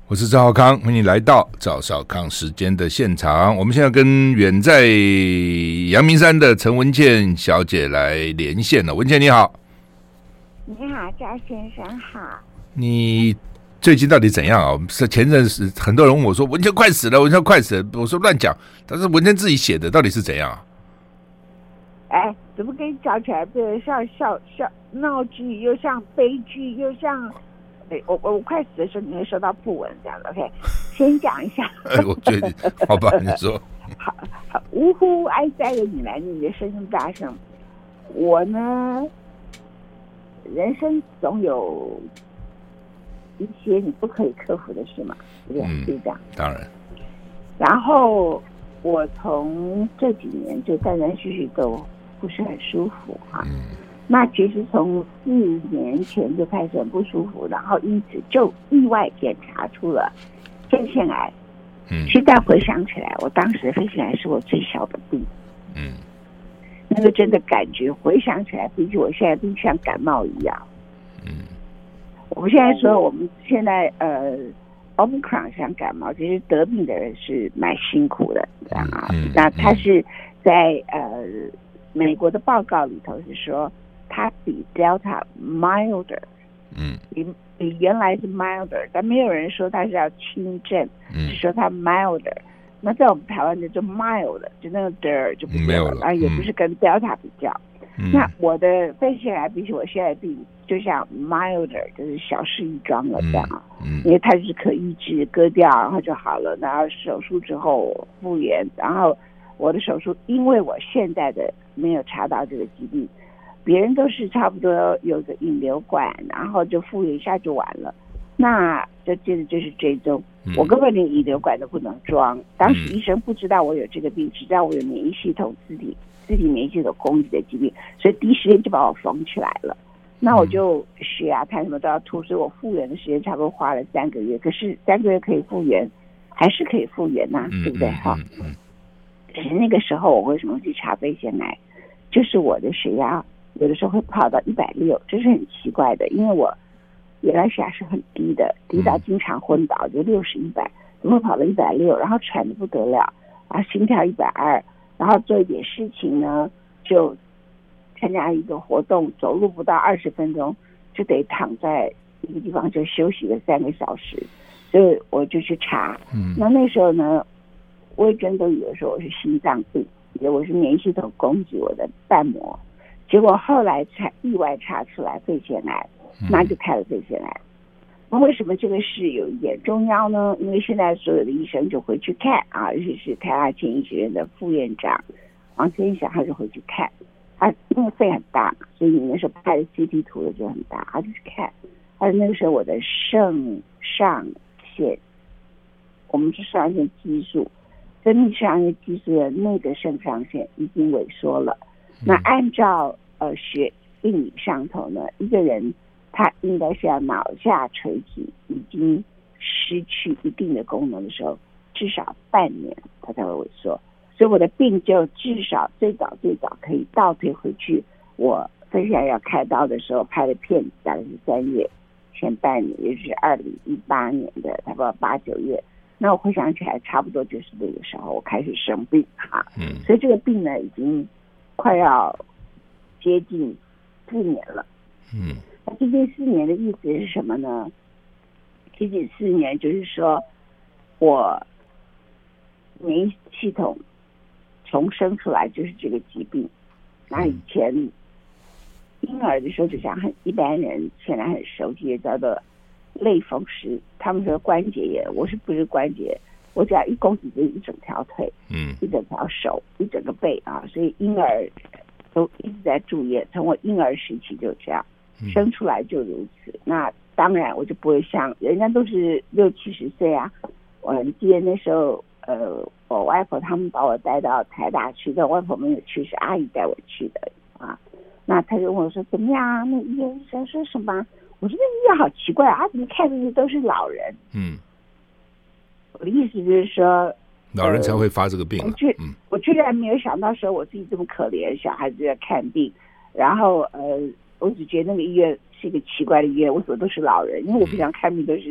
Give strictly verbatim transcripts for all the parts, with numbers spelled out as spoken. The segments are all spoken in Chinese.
我是赵少康，欢迎你来到赵少康时间的现场。我们现在跟远在阳明山的陈文茜小姐来连线了。文茜你好。 你好，赵先生好。 你最近到底怎样啊？前阵子很多人问我说文茜快死了，文茜快死了，我说乱讲，但是文茜自己写的，到底是怎样啊？ 哎，怎么给你讲起来？对，像像像闹剧，又像悲剧，又像……对我我我快死的时候，你会收到讣文这样的。OK， 先讲一下。 哎，我觉得好吧，你说。 好，好，呜呼哀哉的你来，你的声音大声。我呢，人生总有一些你不可以克服的事嘛，对不对？ 嗯， 是这样。 当然。 然后我从这几年就断断续续都不是很舒服啊。 嗯。 那其实从四年前就开始很不舒服，然后因此就意外检查出了肺腺癌。 嗯， 现在回想起来，我当时的肺腺癌是我最小的病。 嗯， 那个真的感觉回想起来，比起我现在病像感冒一样。 嗯， 我们现在说我们现在呃 Omicron 像感冒，其实得病的人是蛮辛苦的，这样啊。 嗯嗯、 那他是在呃美国的报告里头是说。它比 Delta milder， 嗯， 比比原来是 milder， 但没有人说它是要轻症，嗯，是说它 milder。那在我们台湾的就 mild， 就那个 der 就不没有了， 啊，也不是跟 Delta 比较。嗯、那我的肺腺癌比起我现在病，就像 milder， 就是小事一桩了这样啊。嗯，因为它是可医治，割掉然后就好了，然后手术之后复原，然后我的手术，因为我现在的没有查到这个疾病。别人都是差不多有个引流管，然后就复原一下就完了。那就接着就是追踪，嗯、我根本连引流管都不能装。当时医生不知道我有这个病，只知道我有免疫系统自体自体免疫系统攻击的疾病，所以第一时间就把我缝起来了。那我就血压看什么都要吐，所以我复原的时间差不多花了三个月。可是三个月可以复原，还是可以复原呐、啊，对不对？哈、嗯。可是那个时候我为什么去查肺腺癌？就是我的血压。有的时候会跑到一百六，这是很奇怪的，因为我原来血压是很低的，低到经常昏倒，就六十一百，怎么会跑到一百六？然后喘得不得了，然后心跳一百二，然后做一点事情呢，就参加一个活动，走路不到二十分钟就得躺在一个地方就休息了三个小时，所以我就去查。嗯，那那时候呢，我也真的以为说我是心脏病，以为我是免疫系统攻击我的瓣膜。结果后来才意外查出来肺腺癌，那就开了肺腺癌。那为什么这个事有一点重要呢？因为现在所有的医生就回去看啊，尤其是台大前医学院的副院长王天祥，他就回去看。他因为肺很大嘛，所以你那时候拍的 C T 图的就很大，他就去看。他那个时候我的肾上腺，我们是肾上腺激素，分泌肾上腺激素的那个肾上腺已经萎缩了。那按照呃学病理上头呢，一个人他应该是要脑下垂体已经失去一定的功能的时候，至少半年他才会萎缩。所以我的病就至少最早最早可以倒推回去，我肺腺癌要开刀的时候拍的片子大概是三月前半年，也就是二零一八年的差不多八九月。那我回想起来，差不多就是那个时候我开始生病哈。嗯，所以这个病呢已经快要接近四年了。嗯，那接近四年的意思是什么呢？接近四年就是说，我免疫系统重生出来就是这个疾病。那以前婴儿的时候就像很一般人现在很熟悉的叫做类风湿，他们说关节炎，我是不是关节？我只要一攻击就一整条腿，嗯，一整条手，一整个背啊，所以婴儿都一直在住院，从我婴儿时期就这样，生出来就如此。嗯、那当然我就不会像人家都是六七十岁啊，我记得那时候呃，我外婆他们把我带到台大去，但外婆没有去，是阿姨带我去的啊。那他就问我说怎么样啊？那医院医生说什么？我说那医院好奇怪啊，怎么看的都是老人？嗯。我的意思就是说， 老人才会发这个病、啊。 我居、嗯、我居然没有想到说我自己这么可怜，小孩子在看病，然后呃，我只觉得那个医院是一个奇怪的医院，为什么都是老人？因为我平常看病都是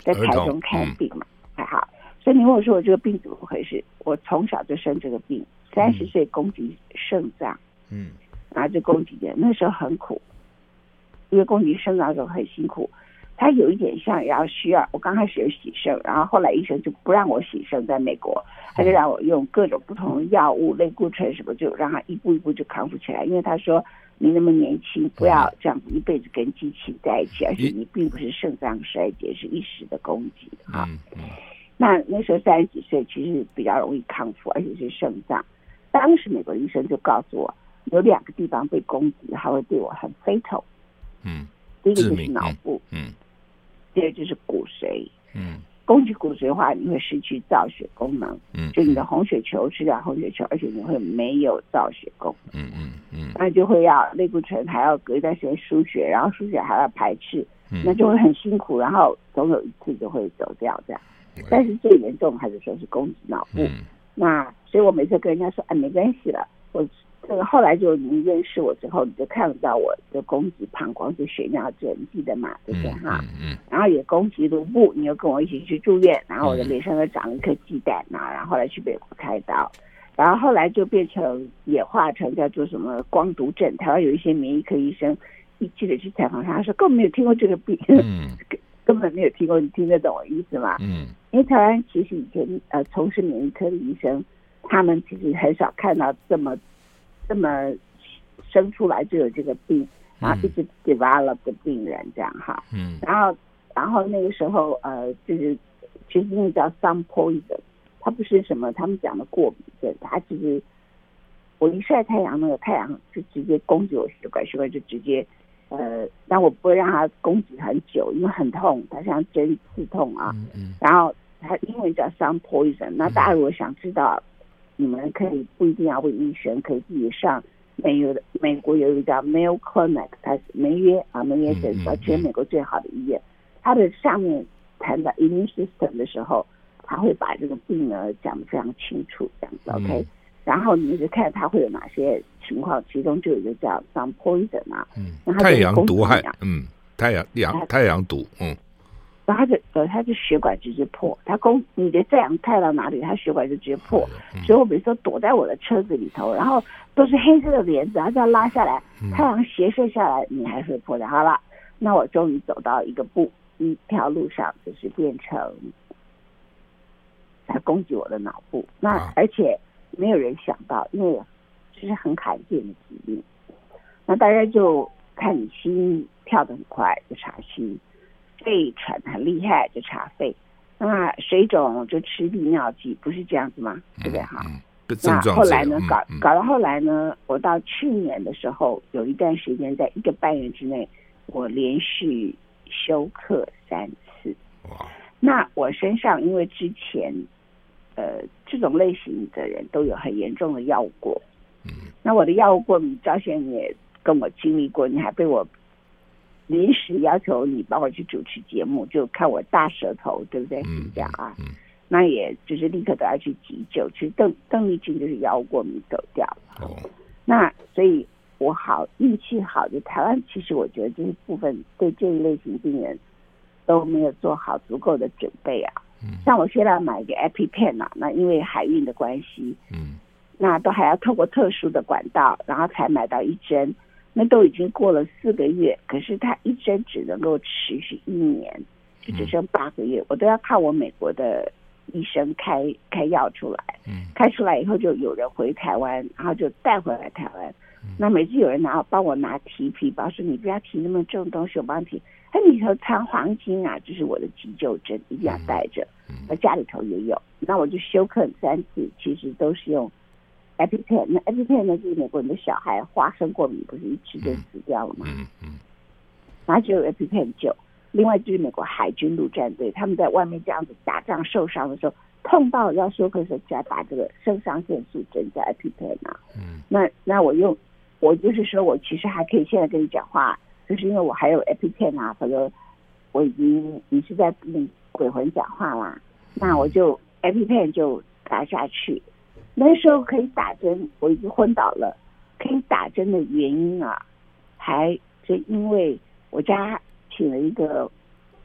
在台中看病嘛，还好。所以你问我说我这个病怎么回事？我从小就生这个病，三十岁攻击肾脏，嗯，然后就攻击的，那时候很苦，因为攻击肾脏的时候很辛苦。它有一点像要需要，我刚开始有洗肾，然后后来医生就不让我洗肾，在美国，他就让我用各种不同的药物，类固醇什么，就让他一步一步就康复起来。因为他说你那么年轻，不要这样子一辈子跟机器在一起，而且你并不是肾脏衰竭，是一时的攻击啊。那那时候三十几岁，其实比较容易康复，而且是肾脏。当时美国医生就告诉我，有两个地方被攻击，还会对我很 fatal。嗯，第一个就是脑部，嗯。第二就是骨髓，嗯，攻击骨髓的话，你会失去造血功能，嗯，就你的红血球吃掉红血球，而且你会没有造血功能，嗯嗯嗯，那就会要类固醇，还要隔一段时间输血，然后输血还要排斥，嗯、那就会很辛苦，然后总有一次就会走掉这样。但是最严重还是说是攻击脑部，嗯、那所以我每次跟人家说，哎，没关系了，我。这个后来就你认识我之后，你就看到我的攻击膀胱是血尿症，你记得嘛？对不对哈？嗯嗯。然后也攻击颅部，你又跟我一起去住院，然后我的脸上又长了一颗鸡蛋呐，然后后来去美国开刀，然后后来就变成演化成叫做什么光毒症。台湾有一些免疫科医生，一记者去采访他，他说根本没有听过这个病，嗯，根本没有听过，你听得懂我意思吗？嗯。因为台湾其实以前呃从事免疫科的医生，他们其实很少看到这么。这么生出来就有这个病，然后一直 develop 的病人这样哈，嗯，然后然后那个时候呃，就是其实那个叫 sun poison， 它不是什么他们讲的过敏症，它其实我一晒太阳，那个太阳就直接攻击我血管，血管就直接呃，但我不会让它攻击很久，因为很痛，它像针刺痛啊，嗯嗯，然后它英文叫 sun poison， 那大家如果想知道。你们可以不一定要问医生，可以自己上美有的美国有一个叫 Mayo Clinic， 它是梅约啊梅约诊所，全美国最好的医院。它的上面谈到 immune system 的时候，他会把这个病呢讲得非常清楚，这样子 OK、嗯。然后你就看它会有哪些情况，其中就有一个叫 sun poison 啊，嗯， 太阳毒害，嗯，太阳阳太阳毒，嗯。 然后他就呃，他就血管直接破，他攻你的太阳太到哪里，他血管就直接破。嗯、所以我比如说躲在我的车子里头，然后都是黑色的帘子，然后这样拉下来，太阳斜射下来，你还是会破的。好了，那我终于走到一个步一条路上，就是变成他攻击我的脑部。那而且没有人想到，因为这是很罕见的疾病，那大家就看你心跳得很快就查心。肺喘很厉害就查肺，那水肿就吃利尿剂，不是这样子吗？对不对哈？嗯、那后来呢，搞搞到后来呢，我到去年的时候，有一段时间，在一个半月之内，我连续休克三次。哇！那我身上因为之前，呃，这种类型的人都有很严重的药物过敏。嗯。那我的药物过敏，赵先生也跟我经历过，你还被我。临时要求你帮我去主持节目，就看我大舌头，对不对？是这样啊。嗯嗯、那也就是立刻都要去急救。其实邓邓丽君就是药物过敏走掉了。哦。那所以我好运气好，就台湾其实我觉得这一部分对这一类型病人都没有做好足够的准备啊。嗯。像我现在买一个 EpiPen 啊，那因为海运的关系，嗯，那都还要透过特殊的管道，然后才买到一针。那都已经过了四个月，可是他一针只能够持续一年，就只剩八个月，我都要靠我美国的医生开开药出来，嗯，开出来以后就有人回台湾，然后就带回来台湾。嗯、那每次有人拿帮我拿提皮包，说你不要提那么重东西，我帮你提。它里头藏黄金啊，就是我的急救针，一定要带着。我家里头也有，那我就休克三次，其实都是用。EpiPen， 那 EpiPen 呢，就是美国人的小孩花生过敏，不是一吃就死掉了吗？嗯嗯。然后只有 EpiPen 救。另外就是美国海军陆战队，他们在外面这样子打仗受伤的时候，痛到要休克的时候，就要打这个肾上腺素针叫 EpiPen 啊。嗯。那那我用，我就是说我其实还可以现在跟你讲话，就是因为我还有 EpiPen 啊，或者我已经你是在跟鬼魂讲话啦，那我就 EpiPen 就打下去。那时候可以打针，我已经昏倒了。可以打针的原因啊，还是因为我家请了一个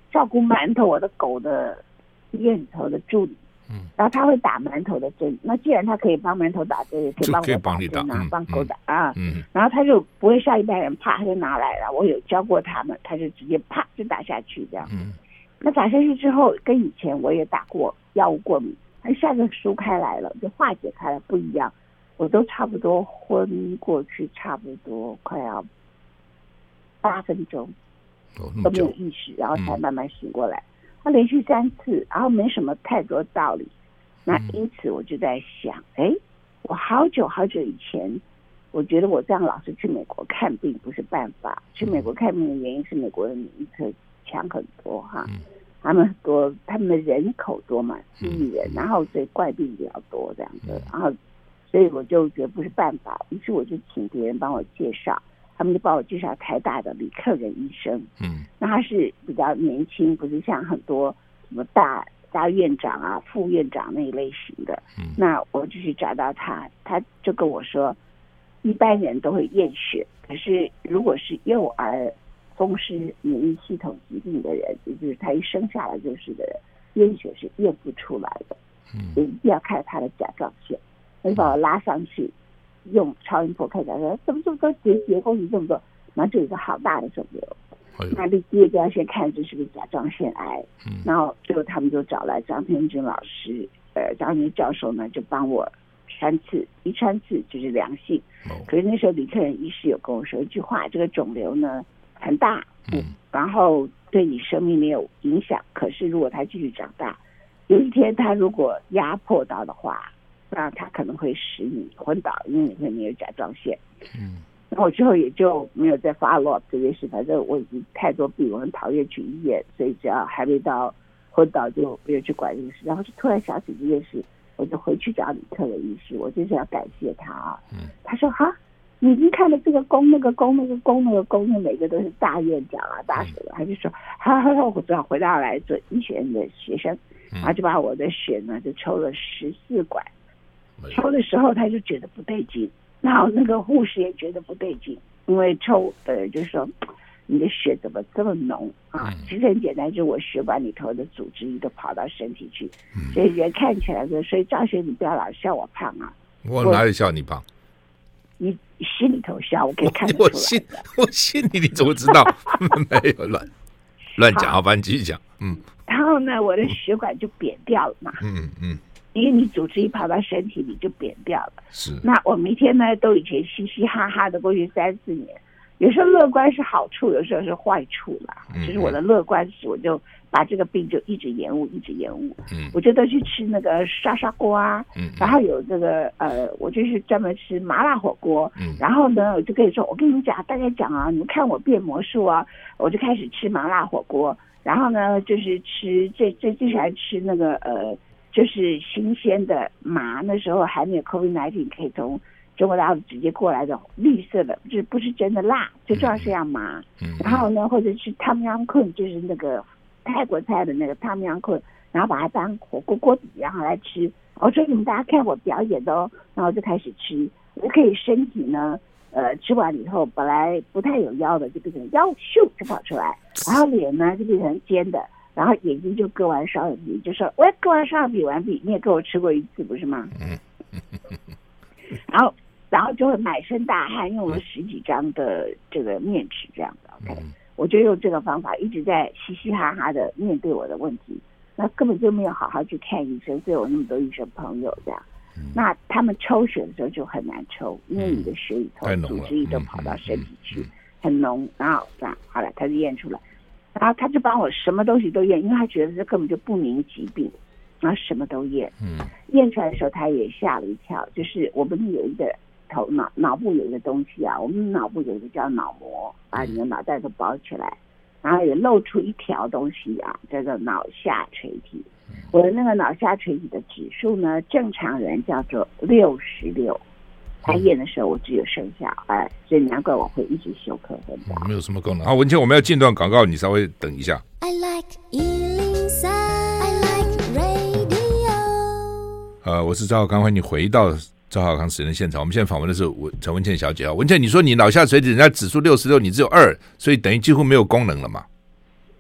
照顾馒头我的狗的医院里头的助理，嗯，然后他会打馒头的针。那既然他可以帮馒头打针，也可以帮我打针啊，帮狗打啊。嗯，然后他就不会像一般人啪他就拿来了，我有教过他们，他就直接啪就打下去这样。嗯，那打下去之后，跟以前我也打过药物过敏，他一下子疏开来了，就化解开了，不一样。我都差不多昏过去，差不多快要八分钟。都没有意识，然后才慢慢醒过来。他、嗯、连续三次，然后没什么太多道理。那因此我就在想，哎、嗯，我好久好久以前，我觉得我这样老是去美国看病不是办法。去美国看病的原因是美国人免疫力强很多哈，嗯、他们很多他们的人口多嘛，四亿人，然后所以怪病比较多这样子，然后所以我就觉得不是办法，于是我就请别人帮我介绍。他们就帮我介绍台大的李克仁医生，嗯，那他是比较年轻，不是像很多什么大大院长啊、副院长那一类型的。嗯，那我就去找到他，他就跟我说，一般人都会验血，可是如果是幼儿风湿免疫系统疾病的人，也就是他一生下来就是的人，验血是验不出来的，嗯，一定要看他的甲状腺，他就把我拉上去。用超音波看起来说怎么这么多结节，宫颈这么多，然后就有一个好大的肿瘤。哎、那第一个就要先看这是不是甲状腺癌。嗯、然后最后他们就找来张天真老师，呃，张天真教授呢就帮我穿刺，一穿刺就是良性。哦、可是那时候李克仁医师有跟我说一句话，这个肿瘤呢很大，嗯，然后对你生命没有影响，可是如果它继续长大，有一天它如果压迫到的话。那他可能会使你昏倒，因为你会没有甲状腺。嗯，然后我之后也就没有再 follow up 这件事，反正我已经太多病，我很讨厌去医院，所以只要还没到昏倒就没有去管这个事。然后就突然想起这件事，我就回去找李克仁医师，我就是要感谢他啊。嗯，他说哈，你已经看了这个宫那个宫那个宫那个宫，那每个都是大院长啊大什么，他就说好好好，我只好回到来做医学院的学生，然后就把我的血呢就抽了十四管。抽的时候他就觉得不对劲，然后那个护士也觉得不对劲，因为抽呃就是说你的血怎么这么浓啊？其实很简单，就是我血管里头的组织都跑到身体去，所以人看起来就，所以赵学你不要老笑我胖啊！ 我哪里笑你胖？ 你心里头笑，我可以看得出来。 我心我心里你怎么知道？没有乱乱讲，好吧，你继续讲。嗯。 然后呢，我的血管就扁掉了嘛。嗯嗯。因为你组织一跑到身体里就扁掉了。是。那我每天呢都以前嘻嘻哈哈的过去三四年，有时候乐观是好处，有时候是坏处啦。嗯。就是我的乐观是，我就把这个病就一直延误，一直延误。嗯。我就都去吃那个沙沙锅啊。嗯。然后有这个呃，我就是专门吃麻辣火锅。嗯。然后呢，我就跟你说，我跟你们讲，大概讲啊，你们看我变魔术啊，我就开始吃麻辣火锅。然后呢，就是吃最最最喜欢吃那个呃。就是新鲜的麻，那时候还没有 COVID 十九 可以从中国大陆直接过来的绿色的，就是不是真的辣，就主要是要麻。嗯、然后呢，或者是汤阳坤，就是那个泰国菜的那个汤阳坤，然后把它当火锅锅底，然后来吃。我说你们大家看我表演的哦，然后就开始吃，我就可以身体呢，呃，吃完以后本来不太有腰的，就变成腰咻就跑出来，然后脸呢就变成尖的。然后眼睛就割完双眼皮，就说我也割完双眼皮完毕，你也跟我吃过一次不是吗？嗯，然后然后就会满身大汗，用了十几张的这个面纸这样的 ，OK，、嗯、我就用这个方法一直在嘻嘻哈哈的面对我的问题，那根本就没有好好去看医生，所以我那么多医生朋友这样，嗯、那他们抽血的时候就很难抽，因为你的血里头组织液都跑到身体去，嗯嗯、很浓，然后这样好了，他就验出来。然后他就帮我什么东西都验，因为他觉得这根本就不明疾病，然后什么都验。嗯，验出来的时候他也吓了一跳，就是我们有一个头脑脑部有一个东西啊，我们脑部有一个叫脑膜，把你的脑袋都包起来，然后也露出一条东西啊，叫做脑下垂体。我的那个脑下垂体的指数呢，正常人叫做六十六。他验的时候我只有剩下哎，所以难怪我会一直休克昏倒。 没有什么功能。好，文倩，我们要进段广告，你稍微等一下。I like 一零三 I like radio。呃，我是赵浩康，欢迎你回到赵浩康时间的现场。我们现在访问的是陈文倩小姐啊。文倩，你说你脑下垂体人家指数六十六，你只有二，所以等于几乎没有功能了嘛？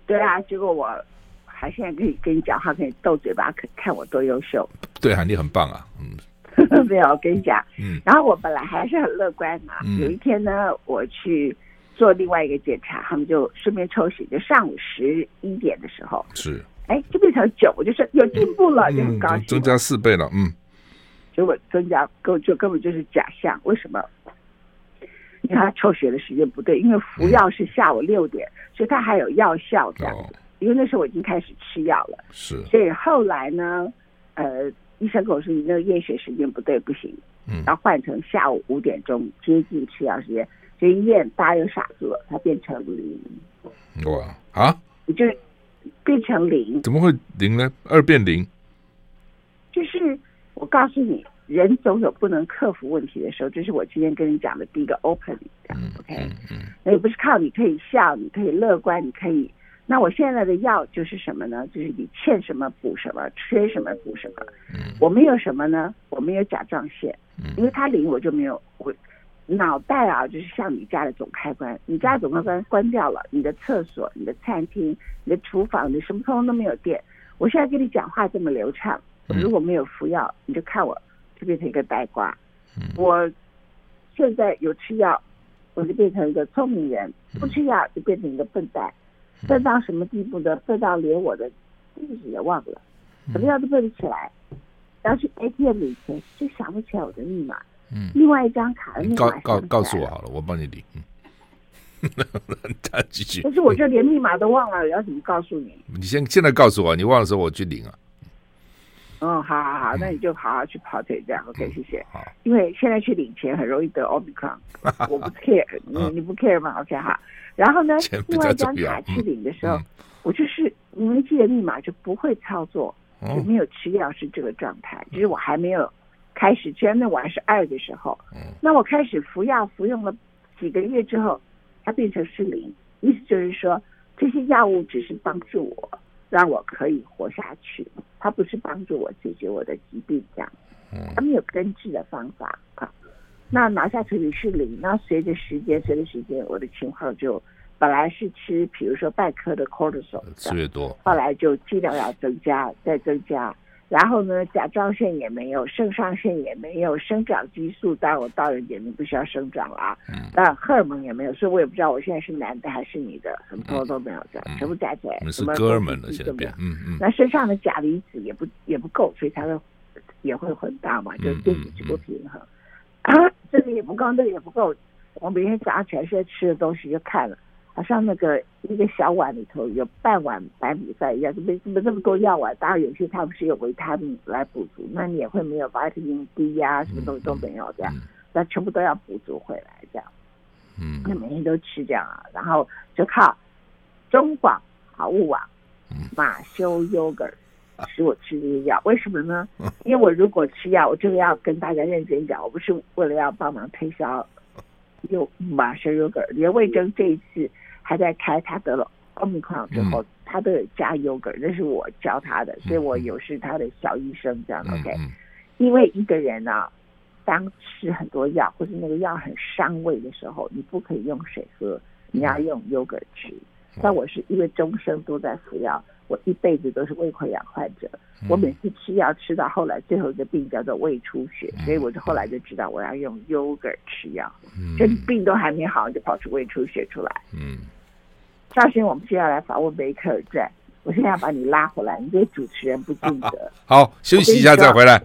对啊，结果我还现在可以跟你讲话，可以斗嘴巴，可看我多优秀。 对，你很棒啊，嗯。 没有，我跟你讲，嗯，然后我本来还是很乐观嘛，嗯、有一天呢，我去做另外一个检查，他们就顺便抽血，就上午十一点的时候，是，哎，就变成九，我就说有进步了，嗯、就很高兴， 增加四倍了，嗯， 结果增加根就根本就是假象，为什么？因为他抽血的时间不对，因为服药是下午六点，嗯、所以他还有药效这样子。哦、因为那时候我已经开始吃药了，是，所以后来呢，呃。医生跟我说：“你那个验血时间不对，不行。”嗯，然后换成下午五点钟，接近吃药时间，所以医院大家又傻住了，它变成零。 哇啊！ 你就变成零？ 怎么会零呢？二变零？ 就是我告诉你，人总有不能克服问题的时候，这是我今天跟你讲的第一个 opening。嗯 ，OK， 嗯嗯，那也不是靠你可以笑，你可以乐观，你可以。那我现在的药就是什么呢？就是你欠什么补什么，缺什么补什么。嗯、我们有什么呢？我们有甲状腺，嗯、因为它零我就没有。我脑袋啊，就是像你家的总开关，你家的总开关关掉了，你的厕所、你的餐厅、你的厨房，你什么通通都没有电。我现在跟你讲话这么流畅，我如果没有服药，你就看我就变成一个呆瓜。嗯、我现在有吃药，我就变成一个聪明人；不吃药就变成一个笨蛋。笨到什么地步呢？笨到连我的地址也忘了，什么样都背不起来。然后去 A T M 领钱就想不起来我的密码。嗯，另外一张卡的密码告告告诉我好了，我帮你领。嗯，他继续。 但是我就连密码都忘了，要怎么告诉你？ 你先现在告诉我，你忘的时候我去领啊。 嗯，好好好，那你就好好去跑腿这样。OK，、嗯、谢谢。好，因为现在去领钱很容易得 Omicron， 我不 care， 你你不 care 吗 ？OK 哈。然后呢，另外一张卡去领的时候，嗯、我就是你没记得密码就不会操作，哦、就没有吃药是这个状态。就是我还没有开始，虽然那我还是二的时候，嗯、那我开始服药服用了几个月之后，它变成是零，意思就是说这些药物只是帮助我。让我可以活下去，它不是帮助我解决我的疾病这样，它没有根治的方法啊。那拿下垂体是零，那随着时间，随着时间，我的情况就本来是吃，比如说半颗的 cortisol， 吃越多， 后来就剂量要增加，再增加。然后呢，甲状腺也没有，肾上腺也没有，生长激素当然我到人年龄不需要生长了啊，当然荷尔蒙也没有，所以我也不知道我现在是男的还是女的，什么都都没有这样，嗯、全部加起来， 是哥儿们了，现在变，嗯嗯。 那身上的钾离子也不也不够，所以才会也会混大嘛，就电子就不平衡。啊，这个也不够，那个也不够，我每天早上起来现在吃的东西就看了。好像那个一个小碗里头有半碗白米饭一样，怎么怎么这么多药丸？当然有些它不是有维他命来补足，那你也会没有维他命 D 呀、啊，什么东西都没有这样，那全部都要补足回来这样。嗯，那每天都吃这样啊，然后就靠中广好物网、马修 yogurt 使我吃这些药，为什么呢？因为我如果吃药，我这个要跟大家认真讲，我不是为了要帮忙推销有马修 yogurt， 连魏征这一次。还在开，他得了 Omicron 之后，嗯、他都有加 yogurt， 那是我教他的，所以我有是他的小医生这样的。嗯、OK， 因为一个人啊，当吃很多药或者那个药很伤胃的时候，你不可以用水喝，你要用 yogurt 吃。但我是因为终生都在服药，我一辈子都是胃溃疡患者，嗯、我每次吃药吃到后来，最后一个病叫做胃出血，嗯、所以我就后来就知道我要用 yogurt 吃药，嗯、这病都还没好，就跑出胃出血出来。嗯。绍兴，我们接下来访问梅克尔传，我现在要把你拉回来，你对主持人不尽责。 好，好休息一下再回来。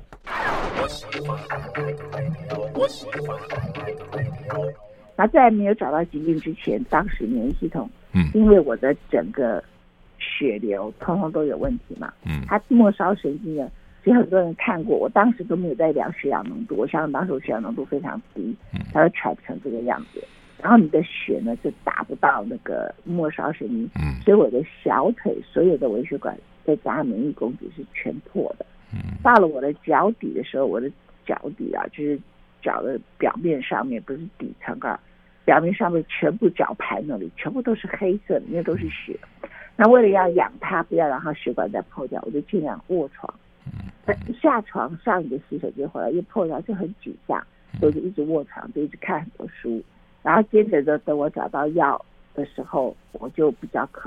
那在没有找到疾病之前，当时免疫系统，嗯，因为我的整个血流通通都有问题嘛，嗯，它末梢神经的，其实很多人看过，我当时都没有在量血氧浓度，我想当时我血氧浓度非常低，它会喘成这个样子。然后你的血呢就打不到那个末梢神经，嗯，所以我的小腿所有的微血管再加上免疫供给是全破的。嗯，到了我的脚底的时候，我的脚底啊，就是脚的表面上面，不是底层啊，表面上面全部脚踝那里全部都是黑色，里面都是血。那为了要养它，不要让它血管再破掉，我就尽量卧床。嗯，一下床上一个洗手间回来又破掉，就很沮丧，所以就一直卧床，就一直看很多书。然后接着的等我找到药的时候，我就比较可以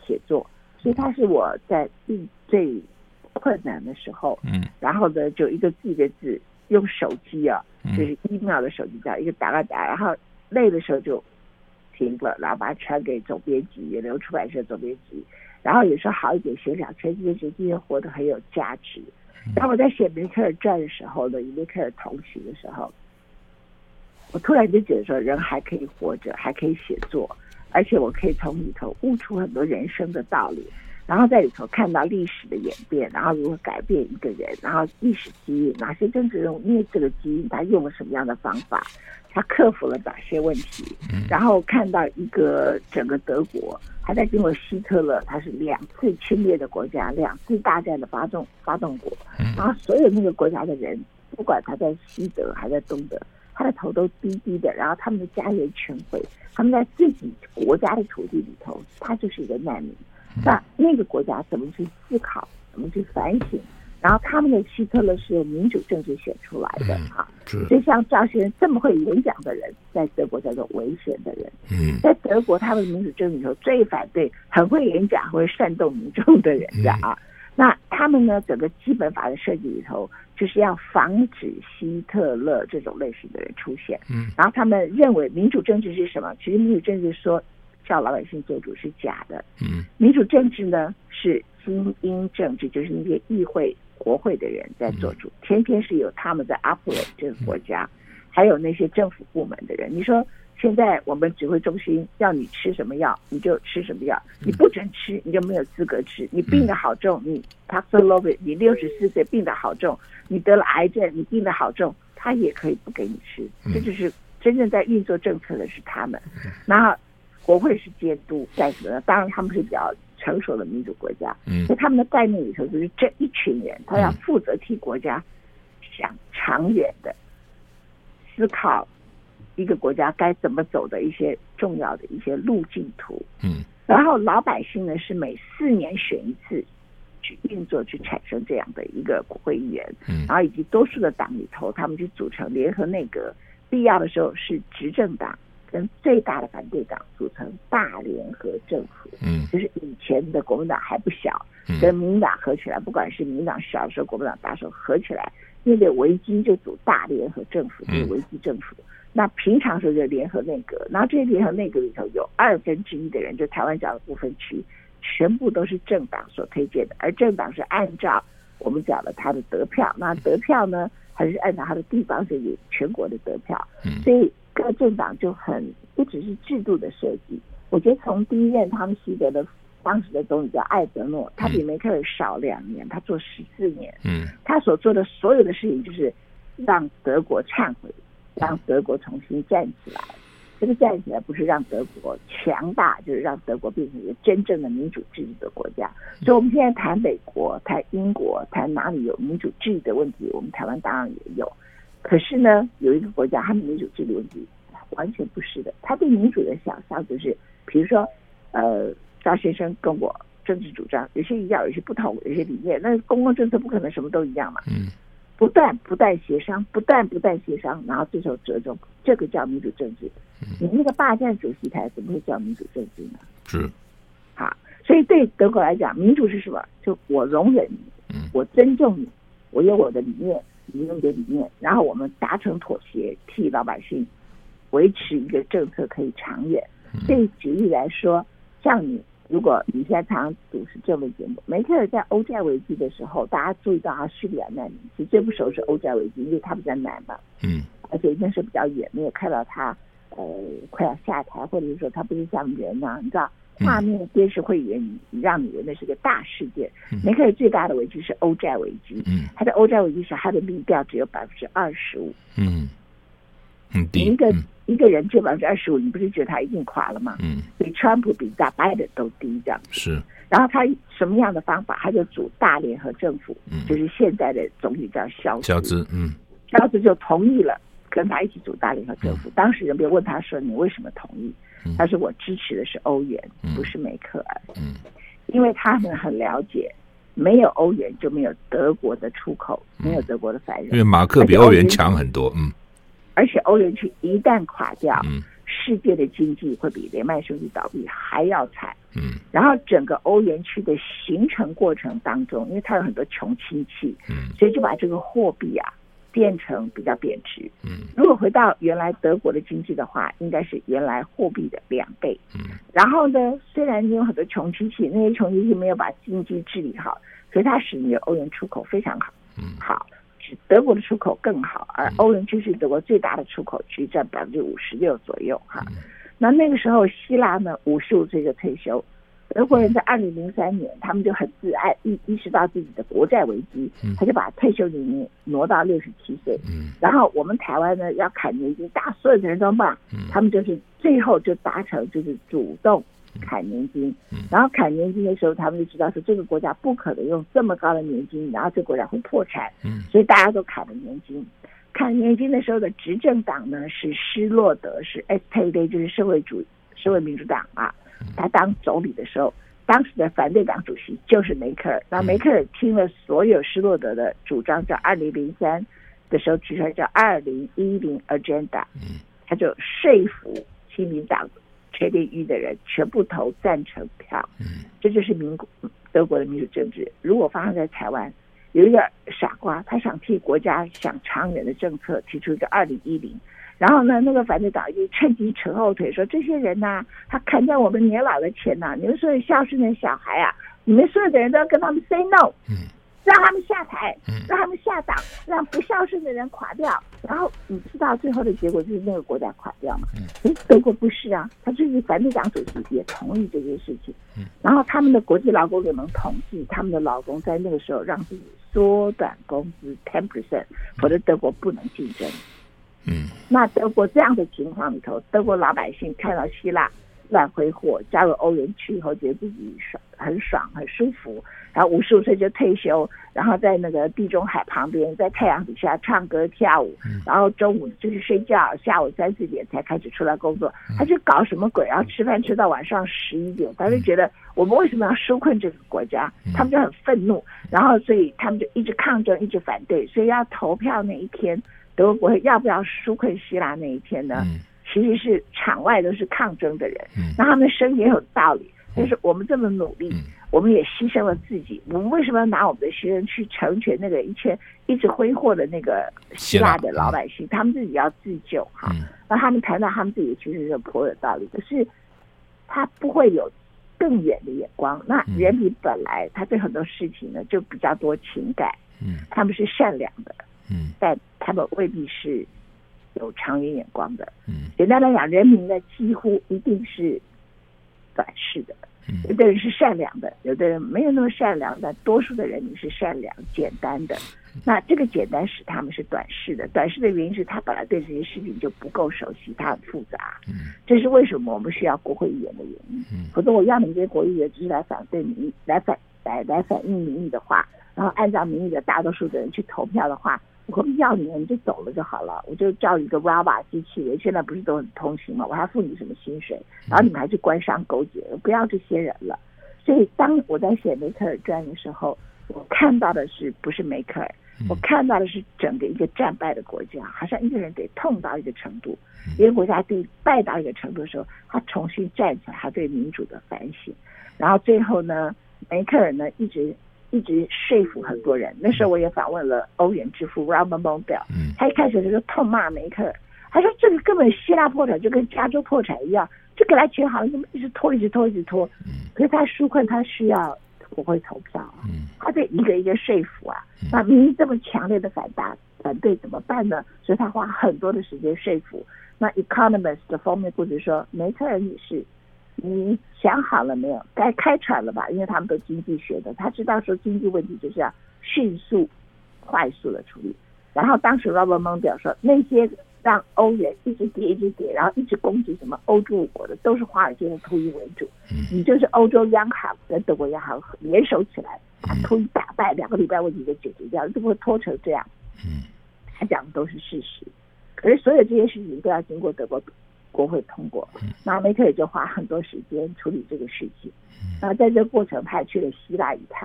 写作，所以他是我在最最困难的时候， 嗯，然后呢就一个字一个字用手机啊，就是 email 的手机这样一个打个打，然后累的时候就停了，然后把它传给总编辑，也留出版社总编辑，然后有时候好一点写两圈，这些这些活得很有价值。当我在写梅克尔传的时候呢，与梅克尔同行的时候，我突然就觉得说，人还可以活着，还可以写作，而且我可以从里头悟出很多人生的道理，然后在里头看到历史的演变，然后如何改变一个人，然后历史机遇，哪些政治人物因为这个机遇他用了什么样的方法，他克服了哪些问题，然后看到一个整个德国还在经过希特勒，他是两次侵略的国家，两次大战的发动发动国，然后所有那个国家的人，不管他在西德还在东德，他的头都低低的，然后他们的家园全毁，他们在自己国家的土地里头，他就是一个难民。那那个国家怎么去思考，怎么去反省，然后他们的希特勒是由民主政治选出来的啊，所以像赵先生这么会演讲的人，在德国叫做危险的人。 嗯， 在德国他们民主政治里头最反对很会演讲、会煽动民众的人的啊。那他们呢，整个基本法的设计里头，就是要防止希特勒这种类型的人出现。 嗯， 然后他们认为民主政治是什么？其实民主政治说叫老百姓做主是假的。 嗯， 民主政治呢是精英政治，就是那些议会、国会的人在做主，偏偏是有他们在 operate 这个国家，还有那些政府部门的人。你说现在我们指挥中心要你吃什么药，你就吃什么药，你不准吃，你就没有资格吃。你病得好重，你 Paxlovid， 你六十四岁病得好重，你得了癌症，你病得好重，他也可以不给你吃。这就是真正在运作政策的是他们。然后国会是监督干什么呢？当然他们是比较成熟的民主国家， 嗯， 所以他们的概念里头就是这一群人，他要负责替国家想长远的思考一个国家该怎么走的一些重要的一些路径图。 嗯， 然后老百姓呢是每四年选一次去运作，去产生这样的一个国会议员， 嗯， 然后以及多数的党里头，他们去组成联合内阁，必要的时候是执政党跟最大的反对党组成大联合政府。 嗯， 就是以前的国民党还不小，跟民进党合起来，不管是民进党小的时候，国民党大的时候合起来，面对危机就组大联合政府，就是危机政府。那平常时候就联合内阁，然后这些联合内阁里头有二分之一的人，就台湾讲的不分区，全部都是政党所推荐的，而政党是按照我们讲的他的得票，那得票呢还是按照他的地方选举全国的得票，所以各政党就很不只是制度的设计。我觉得从第一任汤西德的当时的总理叫艾德诺，他比梅克尔少两年，他做十四年， 嗯， 他所做的所有的事情就是让德国忏悔，让德国重新站起来。这个站起来不是让德国强大，就是让德国变成一个真正的民主制度的国家。所以我们现在谈美国、谈英国、谈哪里有民主制度的问题，我们台湾当然也有。可是呢，有一个国家他们民主制度问题完全不是的。他对民主的想象就是，比如说，呃，赵先生跟我政治主张有些一样，有些不同，有些理念。那公共政策不可能什么都一样嘛。 嗯。 不断不断协商，不断不断协商，然后最后折中，这个叫民主政治。你那个霸占主席台怎么会叫民主政治呢？ 是。 好，所以对德国来讲，民主是什么？就我容忍你，我尊重你，我有我的理念，你有你的理念，然后我们达成妥协，替老百姓维持一个政策可以长远。所以举例来说，像你。如果你现在常常主持这类节目，梅克尔在欧债危机的时候，大家注意到他叙利亚难民，其实最不熟是欧债危机，因为他比较难嘛， 嗯， 而且那时候比较远，没有看到他呃快要下台，或者是说他不是像人啊，你知道画面电视会员让你以为那是个大事件。嗯、梅克尔最大的危机是欧债危机，嗯，他在欧债危机时，他的民调只有百分之二十五， 嗯，很低， 一个、 嗯、 一个人只有百分之二十五，你不是觉得他一定垮了吗？ 嗯， 比川普比大拜登都低这样子。 是， 然后他什么样的方法？他就组大联合政府，嗯、就是现在的总理叫肖兹， 肖兹，嗯， 肖兹就同意了跟他一起组大联合政府。嗯、当时人们问他说：“你为什么同意？”嗯、他说：“我支持的是欧元，嗯、不是梅克尔。”嗯，因为他们很了解。没有欧元就没有德国的出口，嗯、没有德国的繁荣。 因为马克比欧元强很多，嗯。 而且欧元区一旦垮掉，嗯、 世界的经济会比雷曼兄弟倒闭还要惨。嗯，然后整个欧元区的形成过程当中，因为它有很多穷亲戚，嗯，所以就把这个货币啊变成比较贬值。嗯，如果回到原来德国的经济的话，应该是原来货币的两倍。嗯，然后呢，虽然有很多穷亲戚，那些穷亲戚没有把经济治理好，所以它使你的欧元出口非常好。嗯，好，德国的出口更好，而欧元区是德国最大的出口区，占百分之五十六左右哈。那那个时候希腊呢五十五岁就退休，德国人在二零零三年他们就很自爱意意识到自己的国债危机，他就把退休年挪到六十七岁。然后我们台湾呢要砍年金，大所有的人都骂，他们就是最后就达成就是主动砍年金，然后砍年金的时候，他们就知道说这个国家不可能用这么高的年金，然后这个国家会破产，所以大家都砍了年金。砍年金的时候的执政党呢是施洛德，是 S P D， 就是社会主社会民主党啊。他当总理的时候，当时的反对党主席就是梅克尔。那梅克尔听了所有施洛德的主张，叫二零零三的时候取出来叫二零一零 Agenda， 他就说服亲民党垂列狱的人全部投赞成票。这就是民国德国的民主政治。如果发生在台湾，有一个傻瓜，他想替国家想长远的政策，提出一个二零一零，然后呢，那个反对党就趁机扯后腿，说这些人呐、啊，他砍掉我们年老的钱呐、啊，你们所有孝顺的小孩啊，你们所有的人都要跟他们 say no， 让他们下台，让他们下党，让不孝顺的人垮掉。然后你知道最后的结果就是那个国家垮掉嘛？可是德国不是啊，他就是反对党主席也同意这件事情。然后他们的国际劳工联盟统计，他们的劳工在那个时候让自己缩短工资 百分之十， 否则德国不能竞争。嗯，那德国这样的情况里头，德国老百姓看到希腊乱挥霍，加入欧元区以后，觉得自己爽，很爽，很舒服。然后五十五岁就退休，然后在那个地中海旁边，在太阳底下唱歌跳舞，然后中午就是睡觉，下午三四点才开始出来工作。他就搞什么鬼？然后吃饭吃到晚上十一点，他就觉得我们为什么要纾困这个国家？他们就很愤怒，然后所以他们就一直抗争，一直反对。所以要投票那一天，德国国会要不要纾困希腊那一天呢？嗯、其实是场外都是抗争的人，嗯、那他们的声音也有道理，就是我们这么努力，嗯、我们也牺牲了自己，我们为什么要拿我们的牺牲去成全那个一切一直挥霍的那个希腊的老百姓？他们自己要自救哈。嗯、那他们谈到他们自己其实是颇有道理，可是他不会有更远的眼光。那人民本来他对很多事情呢就比较多情感，嗯、他们是善良的。嗯，但他们未必是有长远眼光的。嗯，简单来讲，人民呢几乎一定是短视的。嗯，有的人是善良的，有的人没有那么善良，但多数的人民是善良、简单的。那这个简单使他们是短视的，短视的原因是他本来对这些事情就不够熟悉，他很复杂。嗯，这是为什么我们需要国会议员的原因。嗯，否则我要你们这些国会议员只是来反对民意、来反来来反映民意的话，然后按照民意的大多数的人去投票的话，我不要你，你就走了就好了。我就叫一个 Rava 机器人，现在不是都很通行吗？我还付你什么薪水？然后你们还去官商勾结，不要这些人了。所以当我在写梅克尔传的时候，我看到的是不是梅克尔？我看到的是整个一个战败的国家，好像一个人得痛到一个程度，一个国家得败到一个程度的时候，他重新站起来，他对民主的反省。然后最后呢，梅克尔呢一直。一直说服很多人。那时候我也访问了欧元之父 Robert Mundell， 他一开始就痛骂梅克尔，他说这个根本希腊破产就跟加州破产一样，就给他钱好像怎么一直拖一直拖一直拖。可是他纾困他需要国会投票啊，他得一个一个说服啊。那民意这么强烈的反大反对怎么办呢？所以他花很多的时间说服。那 Economist 的封面故事说，梅克尔女士，你想好了没有？该开船了吧？因为他们都经济学的，他知道说经济问题就是要迅速、快速的处理。然后当时 Robert Mundell 说，那些让欧元一直跌、一直跌，然后一直攻击什么欧洲国的，都是华尔街的秃鹰为主。你就是欧洲央行跟德国央行联手起来，把秃鹰打败，两个礼拜问题就解决掉，就不会拖成这样。他讲的都是事实，可是所有这些事情都要经过德国国会通过，那梅克尔就花很多时间处理这个事情。然后在这个过程，他还去了希腊一趟，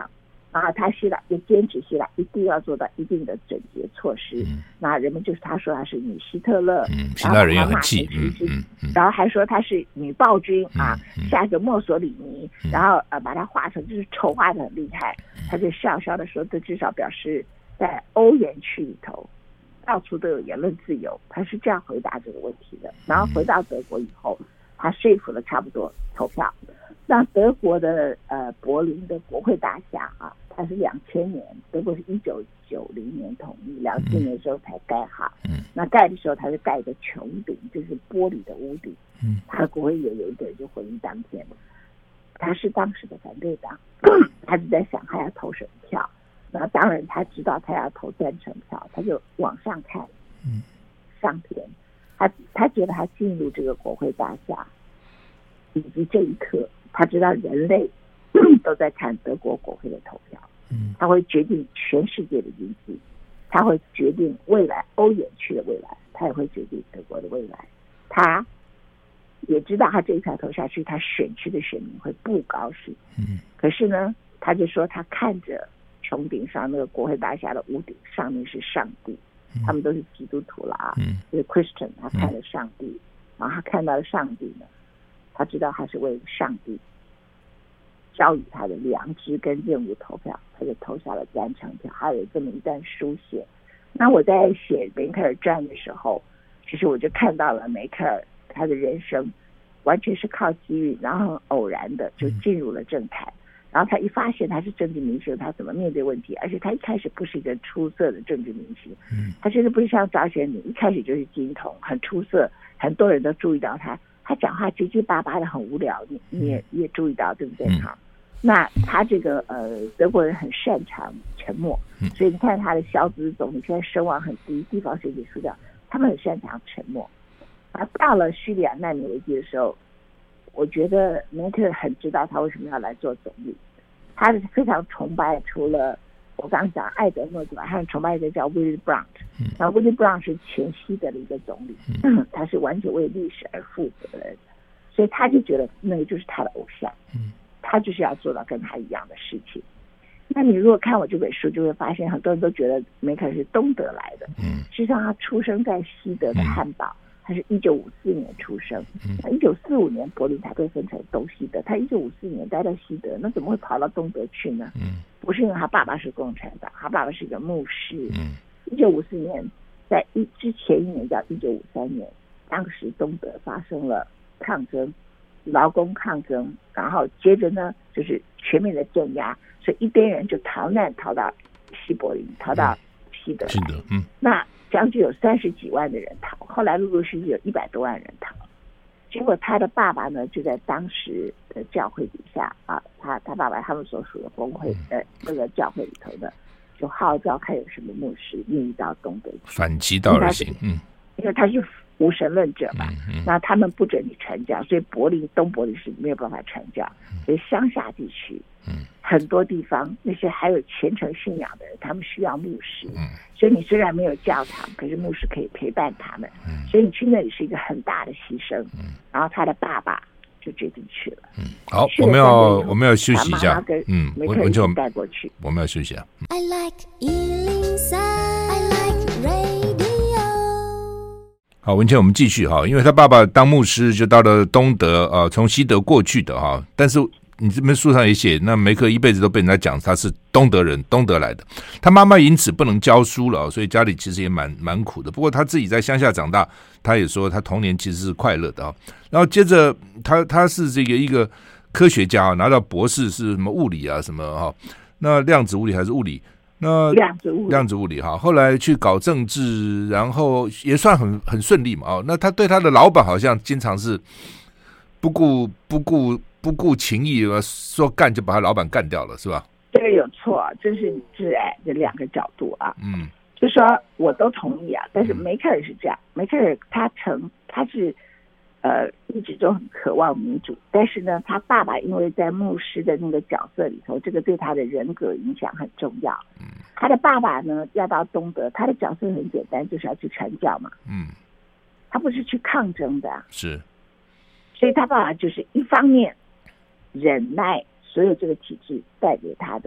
然后他希腊也坚持希腊一定要做到一定的整洁措施，嗯、那人们就是他说他是女希特勒， 嗯，希腊人也很气，嗯嗯嗯，然后还说他是女暴君啊，嗯嗯、下一个墨索里尼，嗯、然后呃把他画成就是丑化的很厉害，嗯、他就笑笑的说，这至少表示在欧元区里头到处都有言论自由，他是这样回答这个问题的。然后回到德国以后，他说服了差不多投票。那德国的呃柏林的国会大厦啊，它是两千年，德国是一九九零年统一，两千年的时候才盖好。嗯，那盖的时候它是盖一个穹顶，就是玻璃的屋顶。嗯，他的国会也有一个人就回应当天，他是当时的反对党，他就在想他要投什么票。那当然他知道他要投赞成票，他就往上看，嗯，上天，他他觉得他进入这个国会大厦，以及这一刻。他知道人类都在看德国国会的投票，嗯，他会决定全世界的经济，他会决定未来欧元区的未来，他也会决定德国的未来。他也知道他这一票投下去，他选区的选民会不高兴，嗯，可是呢，他就说他看着穹顶上那个国会大厦的屋顶上面是上帝，嗯、他们都是基督徒了啊，嗯，就是 Christian， 他看了上帝，嗯、然后他看到了上帝呢。他知道他是为上帝教育他的良知跟任务投票，他就投下了赞成票。还有这么一段书写。那我在写梅克尔传的时候，其实我就看到了梅克尔他的人生完全是靠机遇，然后很偶然的就进入了政坛。然后他一发现他是政治明星，他怎么面对问题？而且他一开始不是一个出色的政治明星，他甚至不是像赵显敏一开始就是金童，很出色，很多人都注意到他。他讲话结结巴巴的很无聊，你你也你也注意到对不对？好，那他这个呃德国人很擅长沉默，所以你看他的肖兹总理现在声望很低，地方选举输掉，他们很擅长沉默。而到了叙利亚难民危机的时候，我觉得梅克尔很知道他为什么要来做总理，他是非常崇拜，除了我刚刚讲艾德诺之外，他很崇拜一个叫 Willy Brandt， 然后 Willy Brandt 是前西德的一个总理，嗯、他是完全为历史而负责的人，所以他就觉得那个就是他的偶像，嗯、他就是要做到跟他一样的事情。那你如果看我这本书，就会发现很多人都觉得梅克尔是东德来的，嗯、实际上他出生在西德的汉堡，他是一九五四年出生，一九四五年柏林才被分成东西德，他一九五四年待在西德，那怎么会跑到东德去呢？嗯、不是因为他爸爸是共产党，他爸爸是一个牧师。一九五四年在一之前一年叫一九五三年，当时东德发生了抗争，劳工抗争，然后接着呢就是全面的镇压，所以一堆人就逃难逃到西柏林，逃到西德来。是的，嗯，那将近有三十几万的人逃，后来陆陆续续有一百多万人逃。结果他的爸爸呢，就在当时的教会底下啊，他他爸爸他们所属的公会的那个教会里头的，就号召看有什么牧师愿意到东德去反其道而行，嗯， 因为他是无神论者嘛，嗯嗯、那他们不准你传教，所以柏林东柏林是没有办法传教，所以乡下地区，嗯，很多地方那些还有虔诚信仰的人，他们需要牧师，嗯，所以你虽然没有教堂，可是牧师可以陪伴他们，嗯，所以你去那里是一个很大的牺牲，嗯，然后他的爸爸就决定去了，嗯， 好，我们要我们要休息一下， 嗯，没可以带过去， 我们要休息啊。I like 一零三 I like radio。好，文倩，我们继续哈，因为他爸爸当牧师就到了东德啊、呃，从西德过去的哈，但是你这边书上也写，那梅克一辈子都被人家讲他是东德人，东德来的。他妈妈因此不能教书了，所以家里其实也蛮蛮苦的。不过他自己在乡下长大，他也说他童年其实是快乐的啊。然后接着他他是这个一个科学家，拿到博士是什么物理啊什么哈，那量子物理还是物理？那量子物理， 量子物理哈，后来去搞政治，然后也算很很顺利嘛。哦，那他对他的老板好像经常是不顾不顾不顾情义，说干就把他老板干掉了，是吧？ 这个有错，这是挚爱的两个角度啊。嗯，就说我都同意啊，但是梅克尔是这样，梅克尔他成他是呃一直都很渴望民主，但是呢，他爸爸因为在牧师的那个角色里头，这个对他的人格影响很重要。嗯，他的爸爸呢要到东德，他的角色很简单，就是要去传教嘛。嗯，他不是去抗争的， 是， 所以他爸爸就是一方面忍耐所有这个体制带给他的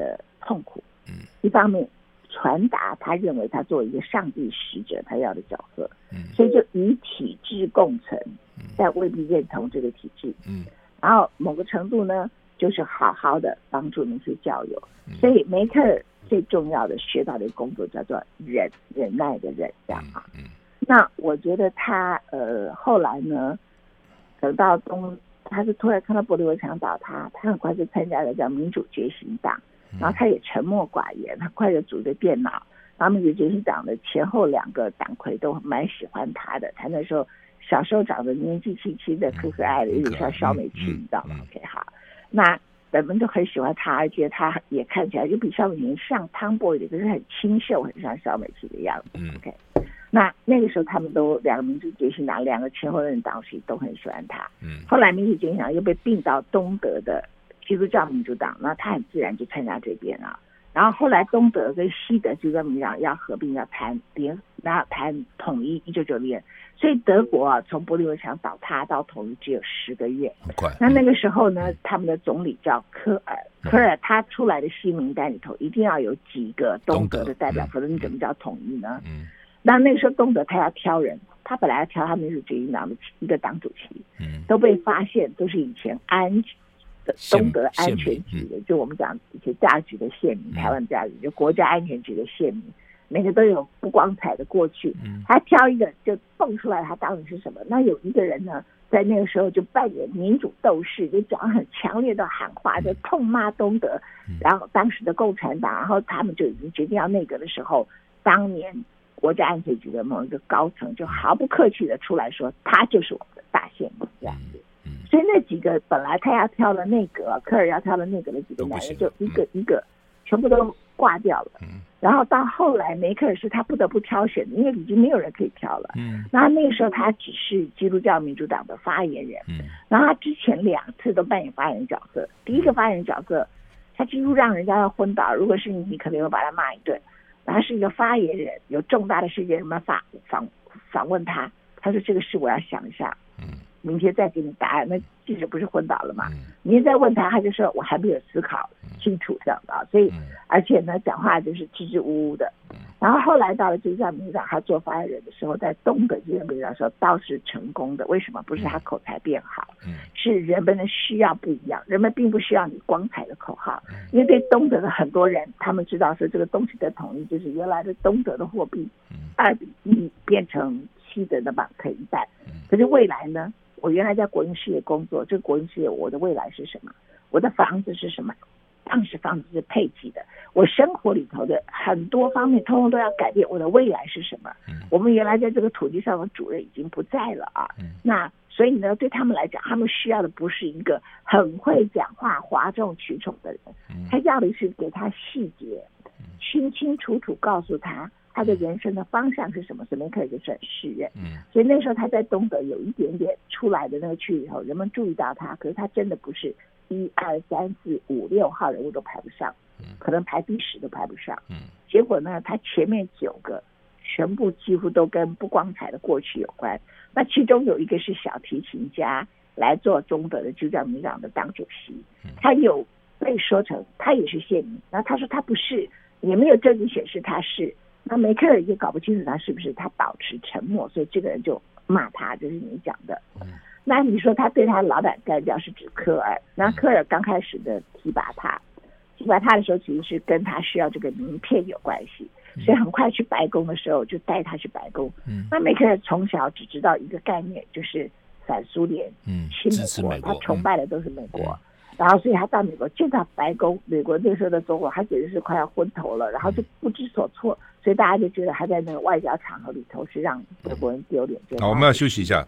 痛苦，嗯，一方面传达他认为他作为一个上帝使者他要的角色，嗯，所以就与体制共存，但未必认同这个体制，嗯，然后某个程度呢，就是好好的帮助那些教友，嗯，所以梅克尔最重要的学到的工作叫做忍忍耐的忍，这样啊，嗯，那我觉得他呃后来呢，等到东他是突然看到玻利维强倒塌，他很快就参加了叫民主觉醒党。然后他也沉默寡言，很快就组织电脑。然后民主觉醒党的前后两个党魁都蛮喜欢他的。他那时候小时候长得年纪轻轻的、可可爱的，有点像肖美琴，你知道吗 ？OK， 好，那人们都很喜欢他，而且他也看起来就比肖美琴像汤波一点，可是很清秀，很像肖美琴的样子。OK， 那那个时候他们都两个民主觉醒党，两个前后任党席都很喜欢他。嗯，后来民主觉醒党又被并到东德的基督教民主党，那他很自然就参加这边了。然后后来东德跟西德基督教民主党要合并，要谈联，然后谈统一，一九九零年。所以德国啊，从玻利维强倒塌到统一只有十个月。 很快。 那那个时候呢，他们的总理叫科尔，科尔他出来的新名单里头一定要有几个东德的代表，否则你怎么叫统一呢？嗯。那那个时候东德他要挑人，他本来要挑他民主觉醒党的一个党主席，嗯，都被发现都是以前安。东德安全局的，就我们讲以前家局的县民，台湾家局就国家安全局的县民，每个都有不光彩的过去。他挑一个就蹦出来，他当然是什么？那有一个人呢，在那个时候就扮演民主斗士，就讲很强烈的喊话，就痛骂东德，然后当时的共产党，然后他们就已经决定要内阁的时候，当年国家安全局的某一个高层就毫不客气的出来说，他就是我们的大县民这样子。所以那几个本来他要挑的内阁，科尔要挑的内阁的几个男人，就一个一个全部都挂掉了。然后到后来梅克尔是他不得不挑选的，因为已经没有人可以挑了。嗯，然后那个时候他只是基督教民主党的发言人。嗯，然后他之前两次都扮演发言人角色。第一个发言人角色，他几乎让人家要昏倒。如果是你，你可能会把他骂一顿。然后是一个发言人，有重大的事件，什么访访访问他，他说这个事我要想一下。嗯。明天再给你答案，那记者不是昏倒了吗？明天再问他，他就说我还没有思考清楚这样的，所以而且呢，讲话就是支支吾吾的。然后后来到了基督教民主党，他做发言人的时候，在东德基督教民主党的时候倒是成功的。为什么？不是他口才变好，是人们的需要不一样。人们并不需要你光彩的口号，因为对东德的很多人，他们知道说这个东西的统一就是原来的东德的货币二比一变成西德的马克一半。可是未来呢？我原来在国营事业工作，这个国营事业我的未来是什么？我的房子是什么？当时房子是配给的，我生活里头的很多方面通通都要改变。我的未来是什么？我们原来在这个土地上的主人已经不在了啊。那所以呢，对他们来讲，他们需要的不是一个很会讲话、哗众取宠的人，他要的是给他细节，清清楚楚告诉他。他的人生的方向是什么？所以梅克尔就是很适任，嗯，所以那时候他在东德有一点点出来的那个区以后，人们注意到他，可是他真的不是一二三四五六号人物都排不上，可能排第十都排不上，嗯，结果呢，他前面九个全部几乎都跟不光彩的过去有关，那其中有一个是小提琴家来做东德的基督教民主党的党主席，他有被说成他也是县民，然后他说他不是，也没有证据显示他是。那梅克尔也搞不清楚他是不是，他保持沉默，所以这个人就骂他，就是你讲的。嗯、那你说他对他老板干掉是指科尔，那科尔刚开始的提拔他，提拔他的时候其实是跟他需要这个名片有关系，所以很快去白宫的时候就带他去白宫。嗯、那梅克尔从小只知道一个概念，就是反苏联、嗯，亲美国，他崇拜的都是美国。嗯然后，所以他到美国见到白宫，美国那时候的总统，他简直是快要昏头了，然后就不知所措，所以大家就觉得他在那个外交场合里头是让德国人丢脸。 好，我们要休息一下。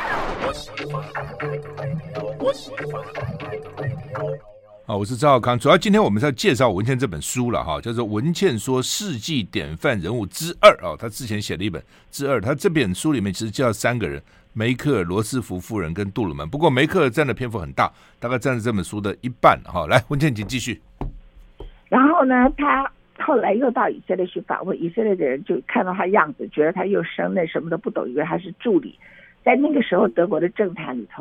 好，我是赵少康。主要今天我们是要介绍文茜这本书了哈，叫做《文茜说世纪典范人物之二》啊。他之前写了一本之二，他这本书里面其实介绍三个人。梅克尔、罗斯福夫人跟杜鲁门，不过梅克尔占的篇幅很大，大概占了这本书的一半。好，来，文茜请继续。 然后呢，他后来又到以色列去访问，以色列的人就看到他样子，觉得他又生嫩，什么都不懂，以为他是助理。在那个时候，德国的政坛里头，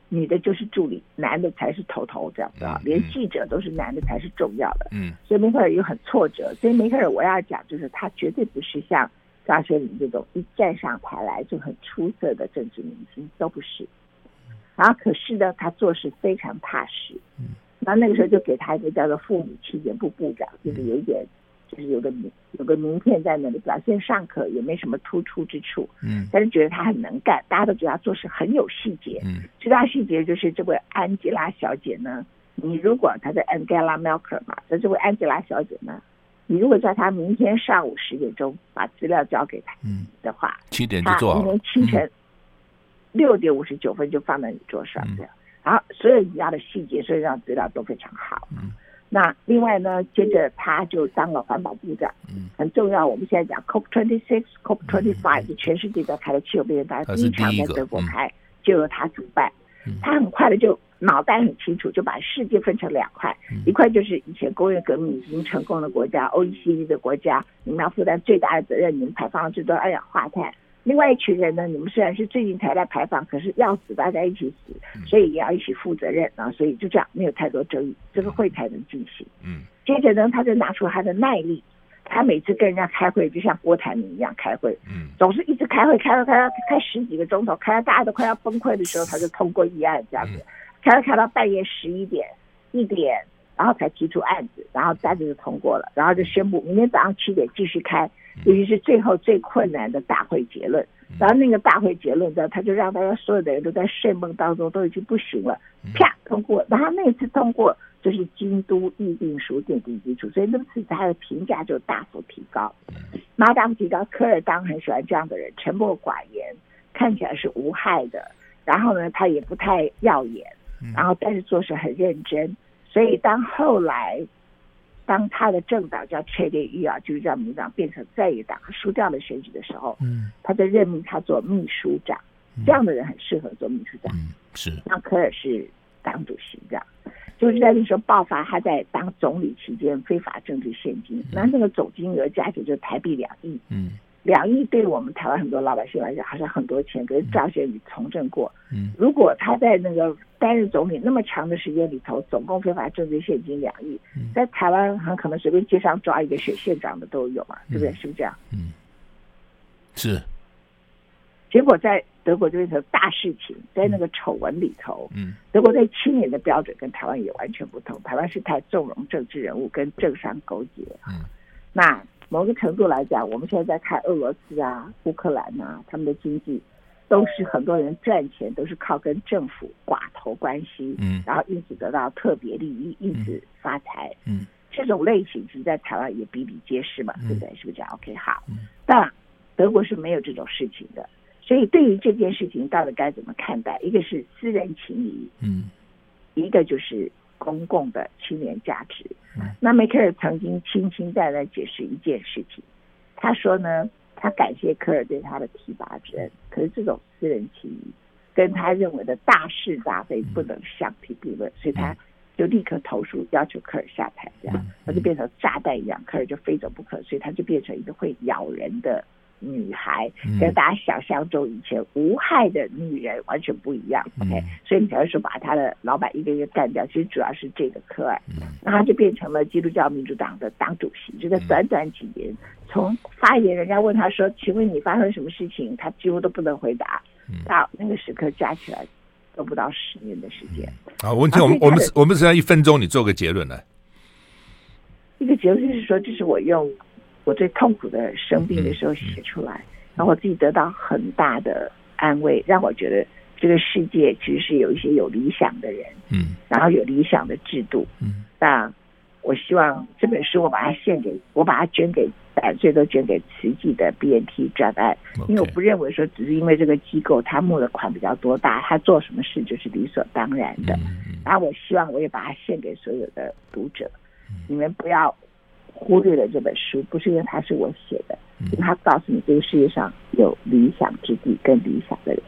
女的就是助理，男的才是头头，这样子啊，连记者都是男的才是重要的。嗯，所以梅克尔又很挫折。所以梅克尔我要讲，就是他绝对不是像张学良这种一站上台来就很出色的政治明星，都不是。然后可是呢，他做事非常踏实。嗯，然后那个时候就给他一个叫做妇女青年部部长，就是有一点。就是有个有个名片在那里，表现尚可，也没什么突出之处。嗯，但是觉得他很能干，大家都觉得他做事很有细节。嗯，最大细节就是这位安吉拉小姐呢，你如果她在 Angela Merkel 嘛，那这位安吉拉小姐呢，你如果叫她明天上午十点钟把资料交给她的话， 嗯、七点就做好， 明天清晨六点五十九分就放在你桌上这样。嗯、然后所有你要的细节，所有的资料都非常好。嗯。那另外呢，接着他就当了环保部长，嗯，很重要。我们现在讲 C O P 二十六 C O P 二十五，是全世界在开的气候变化，第一场在德国开，嗯、就由他主办。嗯、他很快的就脑袋很清楚，就把世界分成两块，嗯、一块就是以前工业革命已经成功的国家 ，O E C D 的国家，你们要负担最大的责任，你们排放了最多二氧化碳。另外一群人呢，你们虽然是最近才来排放，可是要死大家一起死，所以也要一起负责任啊。所以就这样，没有太多争议，这个会才能进行。嗯，接着呢，他就拿出他的耐力，他每次跟人家开会，就像郭台铭一样开会，嗯，总是一直开会，开会开到开十几个钟头，开到大家都快要崩溃的时候，他就通过议案这样子，开到开到半夜十一点、一点，然后才提出案子，然后案子就通过了，然后就宣布明天早上七点继续开。尤其是最后最困难的大会结论，然后那个大会结论呢，他就让大家所有的人都在睡梦当中，都已经不行了，啪通过。然后那次通过就是京都议定书奠定基础，所以那次他的评价就大幅提高。然后大幅提高，科尔当很喜欢这样的人，沉默寡言，看起来是无害的，然后呢他也不太耀眼，然后但是做事很认真。所以当后来当他的政党叫切列伊啊，就是叫民党变成在野党，输掉了选举的时候，嗯，他就任命他做秘书长，嗯、这样的人很适合做秘书长。嗯，是。那科尔是党主席这样，就是在那时候爆发他在当总理期间非法政治现金，那、嗯、那个总金额加起来就是台币两亿。嗯。两亿对我们台湾很多老百姓来讲好像很多钱，可是赵学宇从政过，嗯，如果他在那个担任总理那么长的时间里头，总共非法政治现金两亿，嗯、在台湾很可能随便街上抓一个选县长的都有嘛，对不对？是不是这样？ 嗯，是。 结果在德国就变成大事情，在那个丑闻里头，嗯，德国对青年的标准跟台湾也完全不同，台湾是太纵容政治人物跟政商勾结，嗯，那。某个程度来讲，我们现在在看俄罗斯啊、乌克兰啊，他们的经济都是很多人赚钱都是靠跟政府寡头关系，嗯，然后因此得到特别利益，因此发财，嗯，这种类型其实在台湾也比比皆是嘛，对不对？是不是这样 ？OK， 好，但德国是没有这种事情的，所以对于这件事情到底该怎么看待？一个是私人情谊，嗯，一个就是公共的青年价值。那梅克尔曾经轻轻淡淡解释一件事情，他说呢，他感谢科尔对他的提拔之恩，可是这种私人情谊跟他认为的大是大非不能相提并论，所以他就立刻投诉要求科尔下台，这样他就变成炸弹一样，科尔就非走不可，所以他就变成一个会咬人的女孩，跟大家想象中以前无害的女人完全不一样。嗯、OK， 所以你才会说把他的老板一个一个干掉，其实主要是这个科尔，嗯、那他就变成了基督教民主党的党主席。就在短短几年，从发言人家问他说：“请问你发生什么事情？”他几乎都不能回答。嗯、到那个时刻加起来都不到十年的时间。 好，问题我们我们我们只要一分钟，你做个结论来。 一个结论就是说，这是我用。我最痛苦的生病的时候写出来，然后我自己得到很大的安慰，让我觉得这个世界其实是有一些有理想的人，嗯，然后有理想的制度，嗯，那我希望这本书我把它献给，我把它捐给，最多捐给慈济的 B N T 专案， 因为我不认为说只是因为这个机构它募的款比较多大，它做什么事就是理所当然的，嗯、然后我希望我也把它献给所有的读者，嗯、你们不要忽略了这本书，不是因为它是我写的，因为它告诉你这个世界上有理想之地跟理想的人。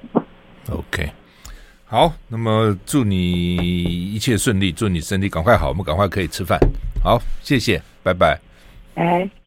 OK， 好，那么祝你一切顺利，祝你身体赶快好，我们赶快可以吃饭。好，谢谢，拜拜。 哎。